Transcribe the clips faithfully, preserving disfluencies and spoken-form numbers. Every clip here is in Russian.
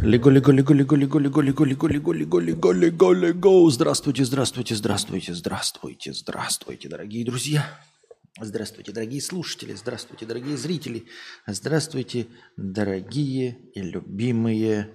Лего, лего, лего, лего, лего, лего, лего, лего, лего, лего, лего, лего, лего. Здравствуйте, здравствуйте, здравствуйте, здравствуйте, здравствуйте, дорогие друзья. Здравствуйте, дорогие слушатели. Здравствуйте, дорогие зрители. Здравствуйте, дорогие и любимые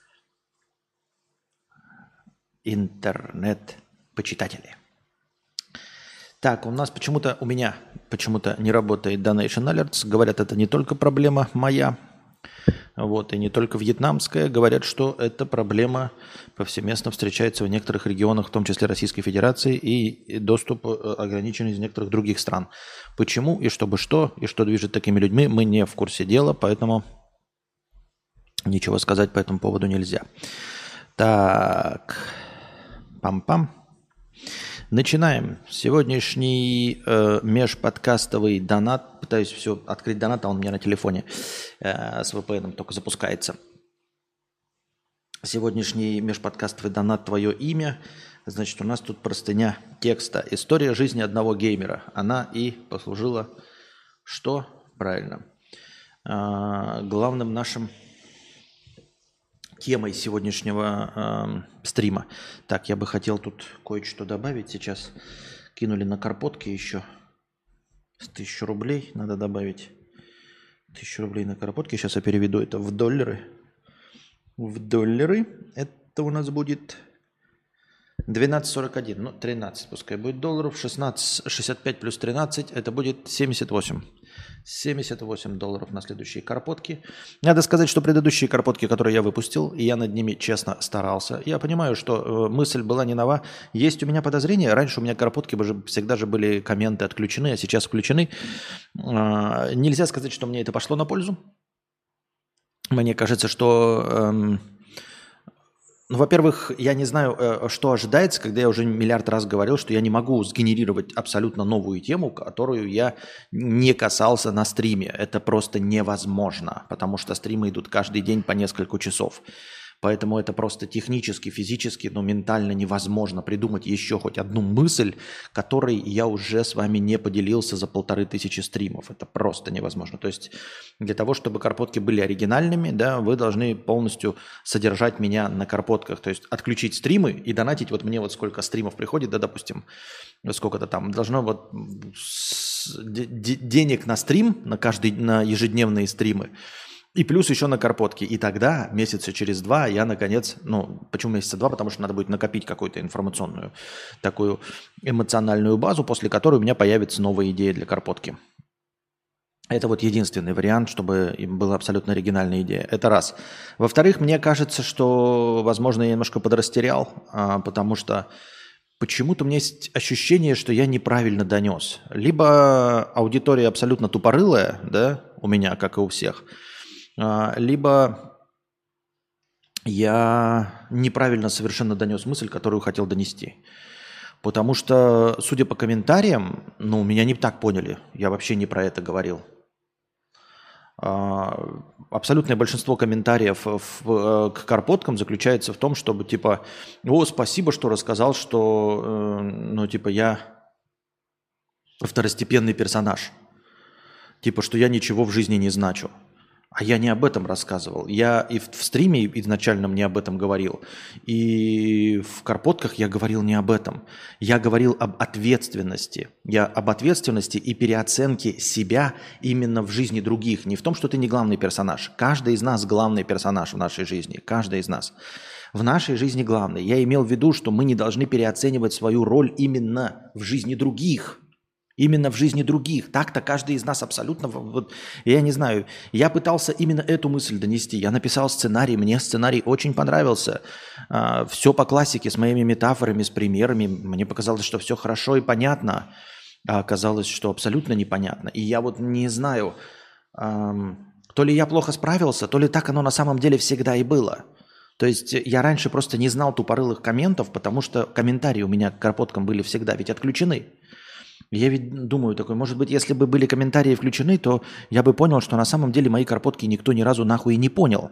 интернет-почитатели. Так, у нас почему-то, у меня почему-то не работает Donation Alerts. Говорят, это не только проблема моя, вот, и не только вьетнамская. Говорят, что эта проблема повсеместно встречается в некоторых регионах, в том числе Российской Федерации, и доступ ограничен из некоторых других стран. Почему и чтобы что, и что движет такими людьми, мы не в курсе дела, поэтому ничего сказать по этому поводу нельзя. Так, пам-пам. Начинаем. Сегодняшний э, межподкастовый донат. Пытаюсь все открыть донат, а он у меня на телефоне э, с ви пи эн только запускается. Сегодняшний межподкастовый донат «Твое имя». Значит, у нас тут простыня текста. История жизни одного геймера. Она и послужила что? Правильно. Э, главным нашим темой сегодняшнего э, стрима. Так, я бы хотел тут кое-что добавить. Сейчас кинули на карпотки еще с тысячу рублей. Надо добавить тысячу рублей на карпотки. Сейчас я переведу это в доллары. В доллары это у нас будет двенадцать сорок один. Ну, тринадцать пускай будет долларов. шестнадцать шестьдесят пять плюс тринадцать это будет семьдесят восемь. семьдесят восемь долларов на следующие карпотки. Надо сказать, что предыдущие карпотки, которые я выпустил, и я над ними честно старался. Я понимаю, что э, мысль была не нова. Есть у меня подозрение. Раньше у меня карпотки всегда же были комменты отключены, а сейчас включены. Э, нельзя сказать, что мне это пошло на пользу. Мне кажется, что... Э, Ну, во-первых, я не знаю, что ожидается, когда я уже миллиард раз говорил, что я не могу сгенерировать абсолютно новую тему, которую я не касался на стриме. Это просто невозможно, потому что стримы идут каждый день по несколько часов. Поэтому это просто технически, физически, но ментально невозможно придумать еще хоть одну мысль, которой я уже с вами не поделился за полторы тысячи стримов. Это просто невозможно. То есть для того, чтобы карпотки были оригинальными, да, вы должны полностью содержать меня на карпотках. То есть отключить стримы и донатить вот мне вот сколько стримов приходит, да, допустим, сколько-то там. Должно вот денег на стрим, на каждый, на ежедневные стримы, и плюс еще на карпотки. И тогда, месяца через два, я наконец... Ну, почему месяца два? Потому что надо будет накопить какую-то информационную, такую эмоциональную базу, после которой у меня появится новая идея для карпотки. Это вот единственный вариант, чтобы им была абсолютно оригинальная идея. Это раз. Во-вторых, мне кажется, что, возможно, я немножко подрастерял, потому что почему-то у меня есть ощущение, что я неправильно донес. Либо аудитория абсолютно тупорылая, да, у меня, как и у всех, либо я неправильно совершенно донес мысль, которую хотел донести. Потому что, судя по комментариям, ну, меня не так поняли. Я вообще не про это говорил. Абсолютное большинство комментариев в, к карпоткам заключается в том, чтобы типа, о, спасибо, что рассказал, что, ну, типа, я второстепенный персонаж. Типа, что я ничего в жизни не значу. А я не об этом рассказывал. Я и в, в стриме изначально не об этом говорил. И в карпотках я говорил не об этом. Я говорил об ответственности. Я об ответственности и переоценке себя именно в жизни других. Не в том, что ты не главный персонаж. Каждый из нас главный персонаж в нашей жизни. Каждый из нас. В нашей жизни главный. Я имел в виду, что мы не должны переоценивать свою роль именно в жизни других. Именно в жизни других. Так-то каждый из нас абсолютно... Вот, я не знаю. Я пытался именно эту мысль донести. Я написал сценарий. Мне сценарий очень понравился. А, все по классике, с моими метафорами, с примерами. Мне показалось, что все хорошо и понятно. А оказалось, что абсолютно непонятно. И я вот не знаю, эм, то ли я плохо справился, то ли так оно на самом деле всегда и было. То есть я раньше просто не знал тупорылых комментов, потому что комментарии у меня к карпоткам были всегда ведь отключены. Я ведь думаю такой, может быть, если бы были комментарии включены, то я бы понял, что на самом деле мои карпотки никто ни разу нахуй не понял.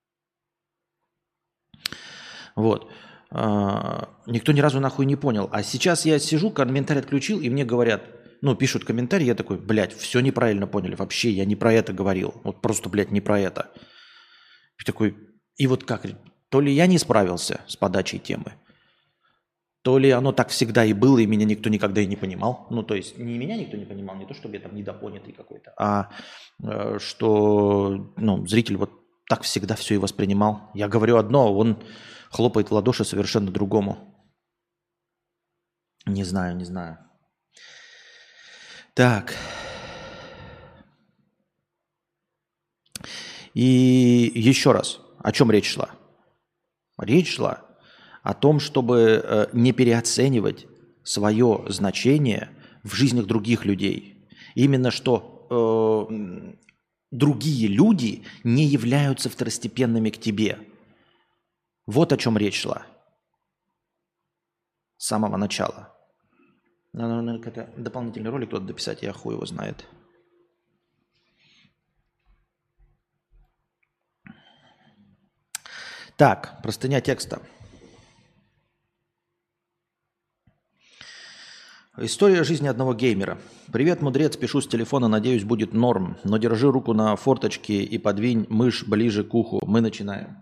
Вот. Никто ни разу нахуй не понял. А сейчас я сижу, комментарий отключил, и мне говорят, ну, пишут комментарии, я такой, блядь, все неправильно поняли. Вообще, я не про это говорил. Вот просто, блядь, не про это. И такой, И вот как, то ли я не справился с подачей темы, то ли оно так всегда и было, и меня никто никогда и не понимал. Ну, то есть не меня никто не понимал, не то, чтобы я там недопонятый какой-то, а э, что ну, зритель вот так всегда все и воспринимал. Я говорю одно, а он хлопает в ладоши совершенно другому. Не знаю, не знаю. Так. И еще раз, о чем речь шла? Речь шла о том, чтобы э, не переоценивать свое значение в жизнях других людей. Именно что э, другие люди не являются второстепенными к тебе. Вот о чем речь шла. С самого начала. Надо, наверное, какой-то дополнительный ролик кто-то дописать, я хуй его знает. Так, простыня текста. История жизни одного геймера. Привет, мудрец, пишу с телефона, надеюсь, будет норм, но держи руку на форточке и подвинь мышь ближе к уху. Мы начинаем.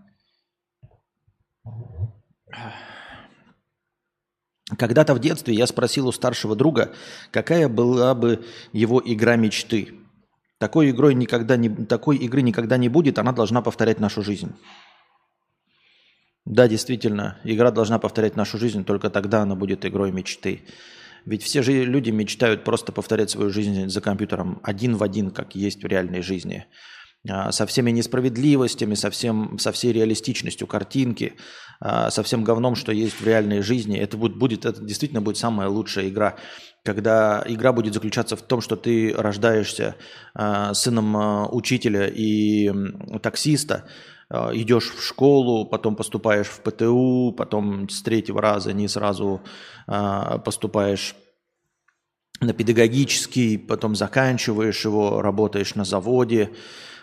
Когда-то в детстве я спросил у старшего друга, какая была бы его игра мечты. Такой, игрой никогда не, такой игры никогда не будет, она должна повторять нашу жизнь. Да, действительно, игра должна повторять нашу жизнь, только тогда она будет игрой мечты. Ведь все же люди мечтают просто повторять свою жизнь за компьютером один в один, как есть в реальной жизни. Со всеми несправедливостями, со, всем, со всей реалистичностью картинки, со всем говном, что есть в реальной жизни. Это, будет, будет, это действительно будет самая лучшая игра. Когда игра будет заключаться в том, что ты рождаешься сыном учителя и таксиста, идешь в школу, потом поступаешь в ПТУ, потом с третьего раза не сразу а, поступаешь на педагогический, потом заканчиваешь его, работаешь на заводе,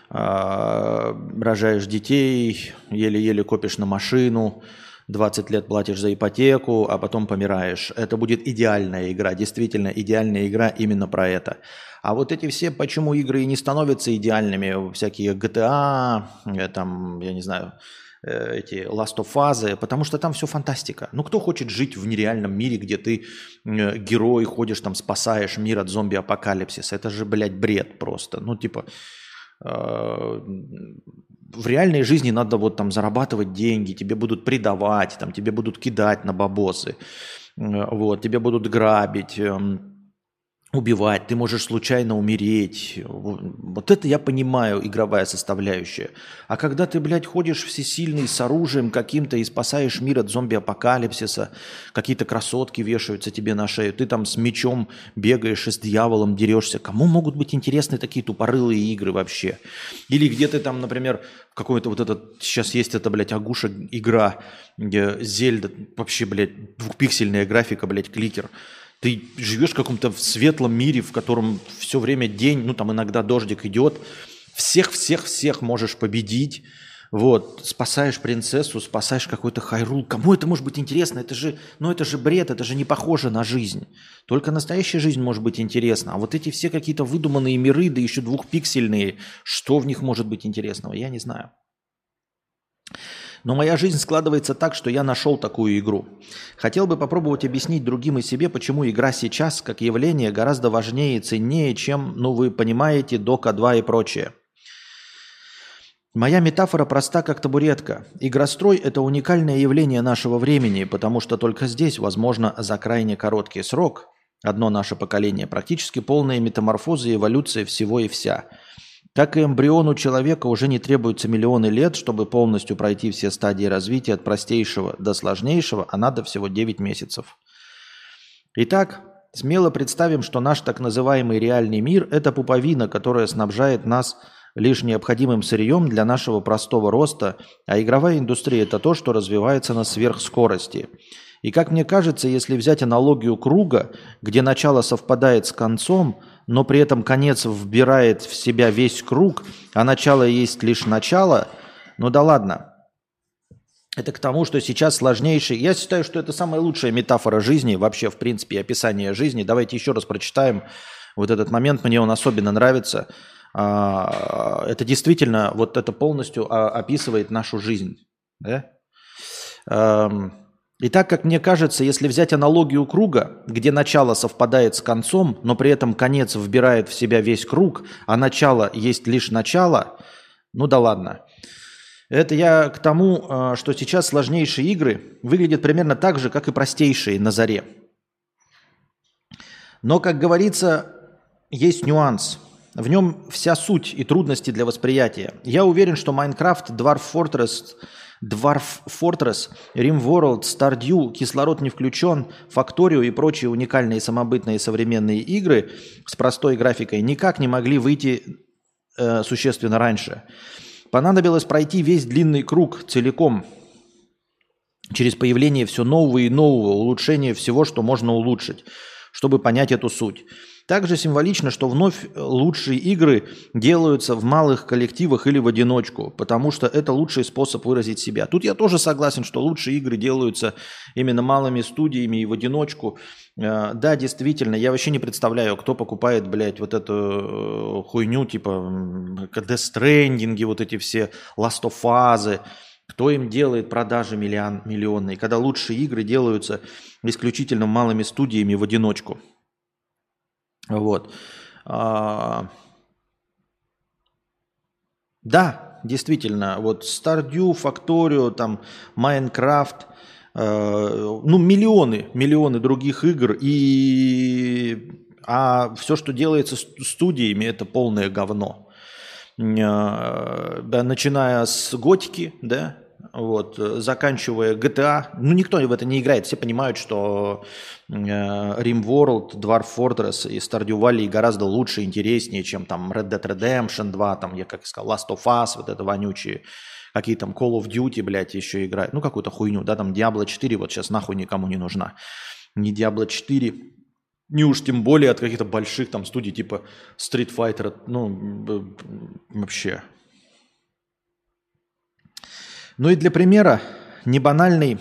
а, рожаешь детей, еле-еле копишь на машину, двадцать лет платишь за ипотеку, а потом помираешь. Это будет идеальная игра, действительно идеальная игра именно про это. А вот эти все, почему игры и не становятся идеальными, всякие джи ти эй, там, я не знаю, эти Last of Us, потому что там все фантастика. Ну, кто хочет жить в нереальном мире, где ты герой, ходишь там, спасаешь мир от зомби-апокалипсиса? Это же, блядь, бред просто. Ну, типа, в реальной жизни надо вот там зарабатывать деньги, тебе будут предавать, там, тебе будут кидать на бабосы, вот, тебе будут грабить, убивать, ты можешь случайно умереть. Вот это я понимаю, игровая составляющая. А когда ты, блядь, ходишь всесильный с оружием каким-то и спасаешь мир от зомби-апокалипсиса, какие-то красотки вешаются тебе на шею, ты там с мечом бегаешь и с дьяволом дерешься. Кому могут быть интересны такие тупорылые игры вообще? Или где ты там, например, какой-то вот этот, сейчас есть эта, блядь, Агуша игра, Зельда, вообще, блядь, двухпиксельная графика, блядь, кликер. Ты живешь в каком-то светлом мире, в котором все время день, ну там иногда дождик идет, всех-всех-всех можешь победить, вот, спасаешь принцессу, спасаешь какой-то хайрул. Кому это может быть интересно? Это же, ну это же бред, это же не похоже на жизнь. Только настоящая жизнь может быть интересна. А вот эти все какие-то выдуманные миры, да еще двухпиксельные, что в них может быть интересного, я не знаю. Но моя жизнь складывается так, что я нашел такую игру. Хотел бы попробовать объяснить другим и себе, почему игра сейчас, как явление, гораздо важнее и ценнее, чем, ну вы понимаете, Дока два и прочее. Моя метафора проста, как табуретка. Игрострой – это уникальное явление нашего времени, потому что только здесь, возможно, за крайне короткий срок, одно наше поколение, практически полная метаморфоза и эволюция всего и вся. Как и эмбриону человека уже не требуется миллионы лет, чтобы полностью пройти все стадии развития от простейшего до сложнейшего, а надо всего девять месяцев. Итак, смело представим, что наш так называемый реальный мир – это пуповина, которая снабжает нас лишь необходимым сырьем для нашего простого роста, а игровая индустрия – это то, что развивается на сверхскорости. И как мне кажется, если взять аналогию круга, где начало совпадает с концом, но при этом конец вбирает в себя весь круг, а начало есть лишь начало, ну да ладно. Это к тому, что сейчас сложнейший... Я считаю, что это самая лучшая метафора жизни, вообще, в принципе, описание жизни. Давайте еще раз прочитаем вот этот момент, мне он особенно нравится. А, это действительно, вот это полностью а, описывает нашу жизнь. Да? Ам, И так как мне кажется, если взять аналогию круга, где начало совпадает с концом, но при этом конец вбирает в себя весь круг, а начало есть лишь начало, ну да ладно. Это я к тому, а, что сейчас сложнейшие игры выглядят примерно так же, как и простейшие на заре. Но, как говорится, есть нюанс. В нем вся суть и трудности для восприятия. Я уверен, что Minecraft, Dwarf Fortress, Dwarf Fortress, RimWorld, Stardew, Кислород не включен, Factorio и прочие уникальные самобытные современные игры с простой графикой никак не могли выйти э, существенно раньше. Понадобилось пройти весь длинный круг целиком через появление все нового и нового, улучшение всего, что можно улучшить, чтобы понять эту суть. Также символично, что вновь лучшие игры делаются в малых коллективах или в одиночку, потому что это лучший способ выразить себя. Тут я тоже согласен, что лучшие игры делаются именно малыми студиями и в одиночку. Э, Да, действительно, я вообще не представляю, кто покупает, блядь, вот эту э, хуйню, типа м, как Death Stranding, вот эти все Last of Us, кто им делает продажи миллион, миллионные, когда лучшие игры делаются исключительно малыми студиями в одиночку. Вот. А, Да, действительно, вот Stardew, Factorio, там, Minecraft, э, ну, миллионы, миллионы других игр, и... а все, что делается с- студиями, это полное говно. Э, да, начиная с Готики, да, вот, э, заканчивая джи ти эй. Ну, никто в это не играет, все понимают, что э, RimWorld, Dwarf Fortress и Stardew Valley гораздо лучше, интереснее, чем там Red Dead Redemption два, там, я как сказал, Last of Us, вот это вонючие, какие там Call of Duty, блядь, еще играют, ну, какую-то хуйню, да, там Diablo четыре вот сейчас нахуй никому не нужна. Ни Diablo четыре, не уж тем более от каких-то больших там студий типа Street Fighter, ну, б- б- вообще. Ну и для примера, не банальный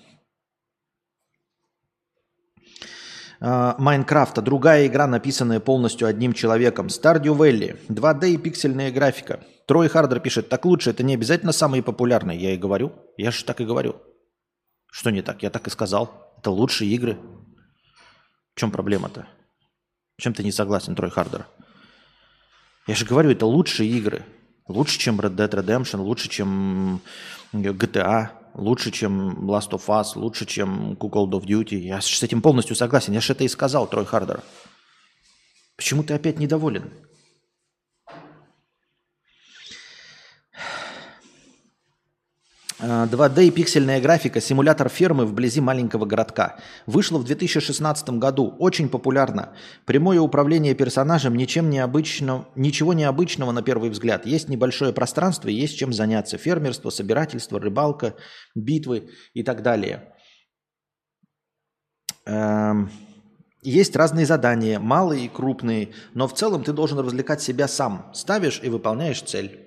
а, Майнкрафта, другая игра, написанная полностью одним человеком. Stardew Valley, два дэ и пиксельная графика. Трой Хардер пишет, так лучше, это не обязательно самые популярные. Я и говорю, я же так и говорю. Что не так? Я так и сказал. Это лучшие игры. В чем проблема-то? Чем ты не согласен, Трой Хардер? Я же говорю, это лучшие игры. Лучше, чем Red Dead Redemption, лучше, чем джи ти эй, лучше, чем Last of Us, лучше, чем Call of Duty. Я с этим полностью согласен. Я же это и сказал, Трой Хардер. Почему ты опять недоволен? А, два дэ и пиксельная графика, симулятор фермы вблизи маленького городка. Вышло в две тысячи шестнадцатом году, очень популярно. Прямое управление персонажем, ничем необычно, ничего необычного на первый взгляд. Есть небольшое пространство и есть чем заняться. Фермерство, собирательство, рыбалка, битвы и так далее. Эм, Есть разные задания, малые и крупные, но в целом ты должен развлекать себя сам. Ставишь и выполняешь цель.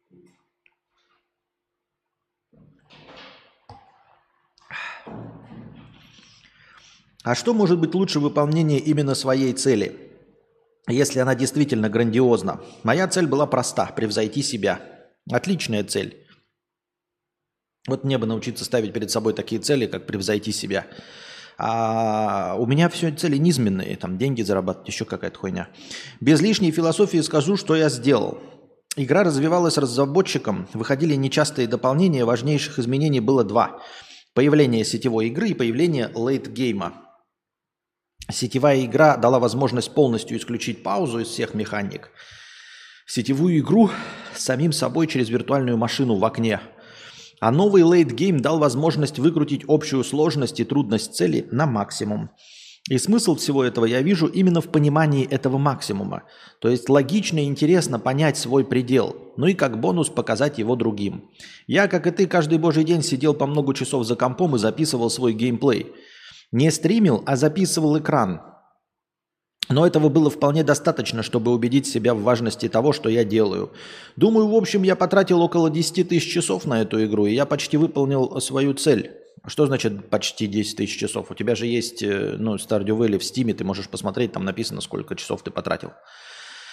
А что может быть лучше выполнения именно своей цели, если она действительно грандиозна? Моя цель была проста – превзойти себя. Отличная цель. Вот мне бы научиться ставить перед собой такие цели, как превзойти себя. А у меня все цели низменные, там деньги зарабатывать, еще какая-то хуйня. Без лишней философии скажу, что я сделал. Игра развивалась разработчиком, выходили нечастые дополнения, важнейших изменений было два. Появление сетевой игры и появление лейтгейма. Сетевая игра дала возможность полностью исключить паузу из всех механик. Сетевую игру самим собой через виртуальную машину в окне. А новый late game дал возможность выкрутить общую сложность и трудность цели на максимум. И смысл всего этого я вижу именно в понимании этого максимума. То есть логично и интересно понять свой предел, ну и как бонус показать его другим. Я, как и ты, каждый божий день сидел по много часов за компом и записывал свой геймплей. Не стримил, а записывал экран. Но этого было вполне достаточно, чтобы убедить себя в важности того, что я делаю. Думаю, в общем, я потратил около десять тысяч часов на эту игру, и я почти выполнил свою цель. Что значит почти десять тысяч часов? У тебя же есть, ну, Stardew Valley в Steam, ты можешь посмотреть, там написано, сколько часов ты потратил.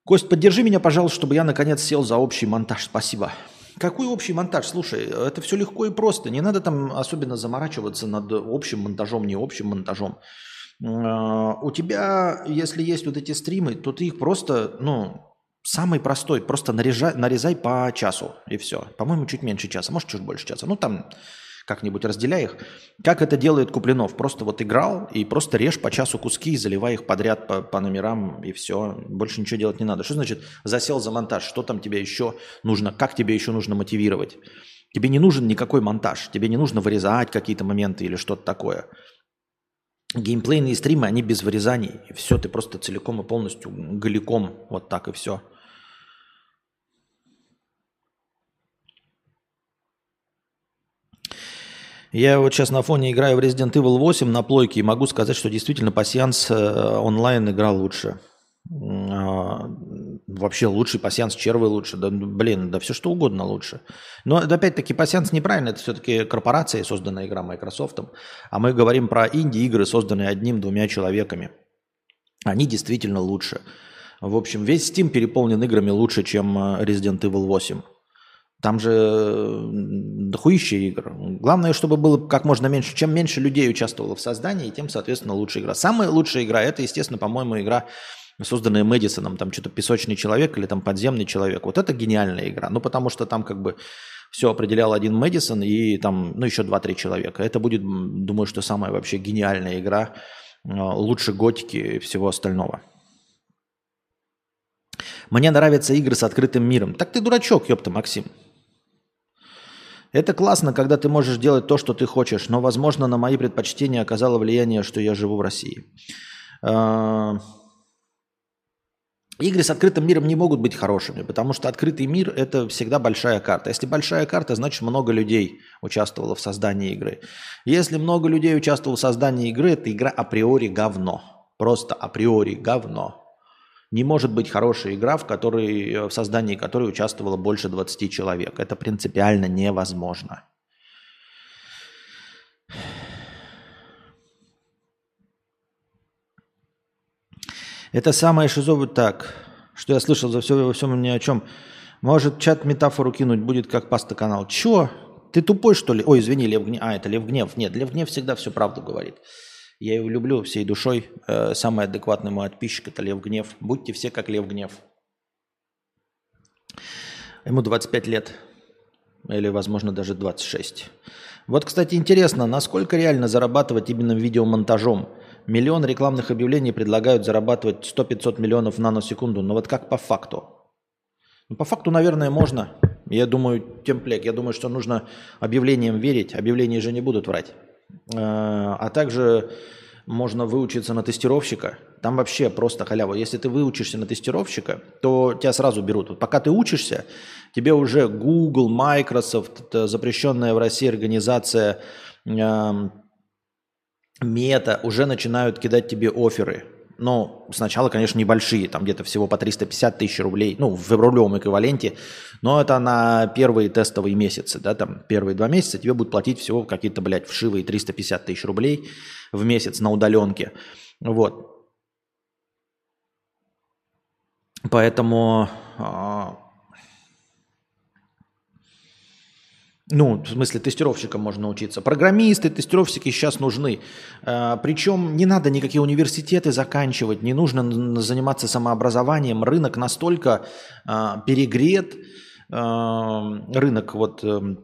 Кость, поддержи меня, пожалуйста, чтобы я наконец сел за общий монтаж. Спасибо. Какой общий монтаж? Слушай, это все легко и просто. Не надо там особенно заморачиваться над общим монтажом, не общим монтажом. А, У тебя, если есть вот эти стримы, то ты их просто, ну, самый простой, просто нарезай, нарезай по часу и все. По-моему, чуть меньше часа, может, чуть больше часа. Ну, там как-нибудь разделяй их. Как это делает Куплинов? Просто вот играл и просто режь по часу куски и заливай их подряд по, по номерам и все. Больше ничего делать не надо. Что значит засел за монтаж? Что там тебе еще нужно? Как тебе еще нужно мотивировать? Тебе не нужен никакой монтаж. Тебе не нужно вырезать какие-то моменты или что-то такое. Геймплейные стримы, они без вырезаний. И все, ты просто целиком и полностью голиком. Вот так и все. Я вот сейчас на фоне играю в Resident Evil восемь на плойке и могу сказать, что действительно пасьянс э, онлайн игра лучше. А, Вообще лучший пасьянс, червы лучше. Да, блин, да все что угодно лучше. Но это, опять-таки пасьянс неправильно, это все-таки корпорация, созданная игра Microsoft. А мы говорим про инди-игры, созданные одним-двумя человеками. Они действительно лучше. В общем, весь Steam переполнен играми лучше, чем э, Resident Evil восемь. Там же э, дохуища игр. Главное, чтобы было как можно меньше. Чем меньше людей участвовало в создании, тем, соответственно, лучше игра. Самая лучшая игра – это, естественно, по-моему, игра, созданная Мэдисоном. Там что-то «Песочный человек» или там «Подземный человек». Вот это гениальная игра. Ну, потому что там как бы все определял один Мэдисон и там, ну, еще два-три человека. Это будет, думаю, что самая вообще гениальная игра. э, Лучше готики и всего остального. Мне нравятся игры с открытым миром. Так ты дурачок, ёпта, Максим. Это классно, когда ты можешь делать то, что ты хочешь, но, возможно, на мои предпочтения оказало влияние, что я живу в России. А, Игры с открытым миром не могут быть хорошими, потому что открытый мир – это всегда большая карта. Если большая карта, значит, много людей участвовало в создании игры. Если много людей участвовало в создании игры, эта игра априори говно. Просто априори говно. Не может быть хорошая игра, в, которой, в создании которой участвовало больше двадцати человек. Это принципиально невозможно. Это самое шизовое так, что я слышал за все во всем ни о чем. Может, чат метафору кинуть будет как паста-канал. Чё? Ты тупой, что ли? Ой, извини, Лев Гнев. А, это Лев Гнев. Нет, Лев Гнев всегда всю правду говорит. Я его люблю всей душой. Э, самый адекватный мой подписчик – это Лев Гнев. Будьте все как Лев Гнев. Ему двадцать пять лет. Или, возможно, даже двадцать шесть. Вот, кстати, интересно, насколько реально зарабатывать именно видеомонтажом? Миллион рекламных объявлений предлагают зарабатывать сто-пятьсот миллионов в наносекунду. Но вот как по факту? Ну, по факту, наверное, можно. Я думаю, темплек. Я думаю, что нужно объявлениям верить. Объявления же не будут врать. А также можно выучиться на тестировщика. Там вообще просто халява. Если ты выучишься на тестировщика, то тебя сразу берут. Вот пока ты учишься, тебе уже Google, Microsoft, запрещенная в России организация Мета, уже начинают кидать тебе офферы. Ну, сначала, конечно, небольшие, там где-то всего по триста пятьдесят тысяч рублей, ну, в рублевом эквиваленте, но это на первые тестовые месяцы, да, там первые два месяца тебе будут платить всего какие-то, блядь, вшивые триста пятьдесят тысяч рублей в месяц на удаленке, вот. Поэтому, ну, в смысле, тестировщикам можно учиться. Программисты, тестировщики сейчас нужны. Причем не надо никакие университеты заканчивать, не нужно заниматься самообразованием. Рынок настолько перегрет, рынок вот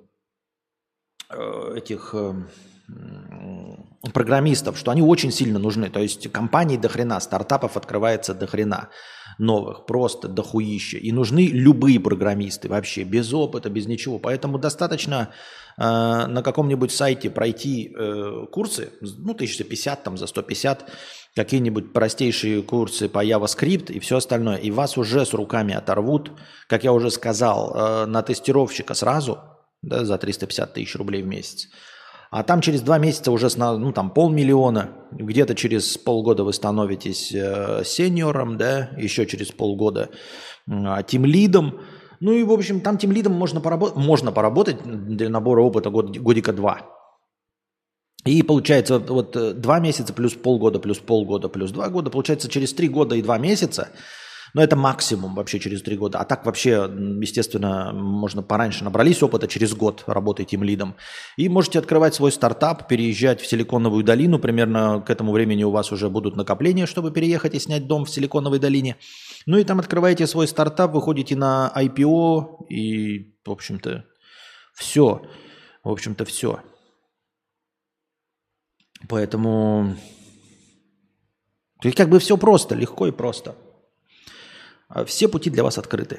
этих программистов, что они очень сильно нужны. То есть компаний до хрена, стартапов открывается до хрена новых, просто дохуища. И нужны любые программисты вообще, без опыта, без ничего. Поэтому достаточно э, на каком-нибудь сайте пройти э, курсы, ну, тысяча пятьдесят, там, за сто пятьдесят, какие-нибудь простейшие курсы по JavaScript и все остальное. И вас уже с руками оторвут, как я уже сказал, э, на тестировщика сразу, да, за триста пятьдесят тысяч рублей в месяц. А там через два месяца уже, ну, там полмиллиона, где-то через полгода вы становитесь э, сеньором, да, еще через полгода э, тимлидом. Ну и, в общем, там тимлидом можно, поработ- можно поработать для набора опыта год- годика два. И получается вот два месяца плюс полгода, плюс полгода, плюс два года. Получается через три года и два месяца Но это максимум вообще через три года. А так вообще, м, естественно, можно пораньше набрались опыта, через год работаете им лидом. И можете открывать свой стартап, переезжать в Силиконовую долину. Примерно к этому времени у вас уже будут накопления, чтобы переехать и снять дом в Силиконовой долине. Ну и там открываете свой стартап, выходите на ай пи о и, в общем-то, все. В общем-то, все. Поэтому и как бы все просто, легко и просто. А все пути для вас открыты.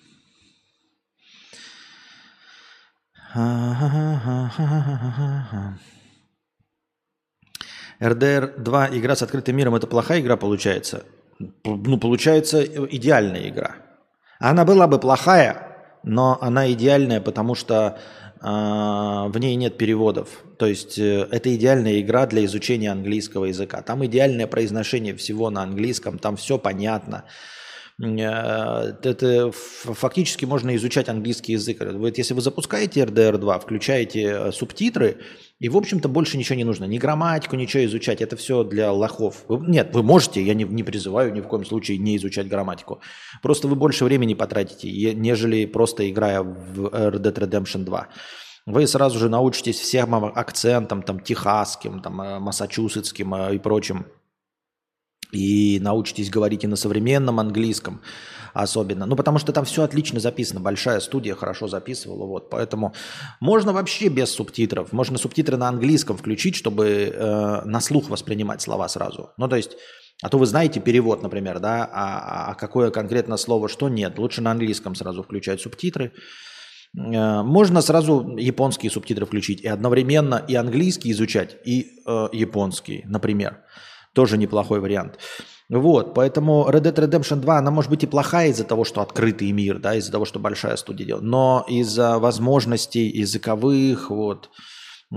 эр дэ эр два игра с открытым миром – это плохая игра получается? Ну, получается идеальная игра. Она была бы плохая, но она идеальная, потому что а, в ней нет переводов. То есть э, это идеальная игра для изучения английского языка. Там идеальное произношение всего на английском, там все понятно. Э, Это ф- фактически можно изучать английский язык. Вот если вы запускаете эр дэ эр два, включаете э, субтитры, и, в общем-то, больше ничего не нужно. Ни грамматику, ничего изучать. Это все для лохов. Вы- нет, вы можете, я не, не призываю ни в коем случае не изучать грамматику. Просто вы больше времени потратите, е- нежели просто играя в Red Dead Redemption два. Вы сразу же научитесь всем акцентам, там, техасским, там, э, массачусетским э, и прочим. И научитесь говорить и на современном английском особенно. Ну, потому что там все отлично записано. Большая студия хорошо записывала. Вот. Поэтому можно вообще без субтитров. Можно субтитры на английском включить, чтобы э, на слух воспринимать слова сразу. Ну, то есть, а то вы знаете перевод, например, да, а, а какое конкретно слово, что нет. Лучше на английском сразу включать субтитры. Э, Можно сразу японские субтитры включить и одновременно и английский изучать, и э, японский, например. Тоже неплохой вариант. Вот, поэтому Red Dead Redemption два, она может быть и плохая из-за того, что открытый мир, да, из-за того, что большая студия делает, но из-за возможностей языковых, вот, э,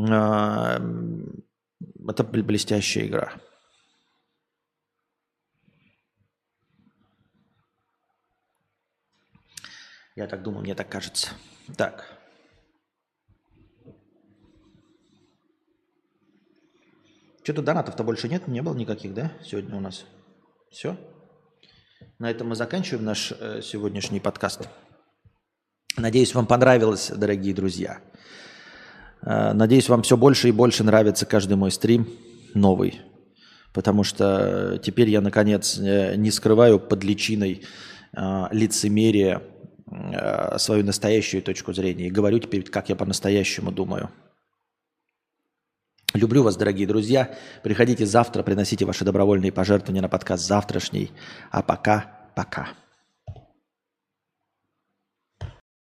это бл- блестящая игра. Я так думаю, мне так кажется. Так, что-то донатов-то больше нет, не было никаких, да, сегодня у нас? Все? На этом мы заканчиваем наш э, сегодняшний подкаст. Надеюсь, вам понравилось, дорогие друзья. Э, Надеюсь, вам все больше и больше нравится каждый мой стрим новый. Потому что теперь я, наконец, э, не скрываю под личиной э, лицемерия э, свою настоящую точку зрения. И говорю теперь, как я по-настоящему думаю. Люблю вас, дорогие друзья. Приходите завтра, приносите ваши добровольные пожертвования на подкаст завтрашний. А пока, пока.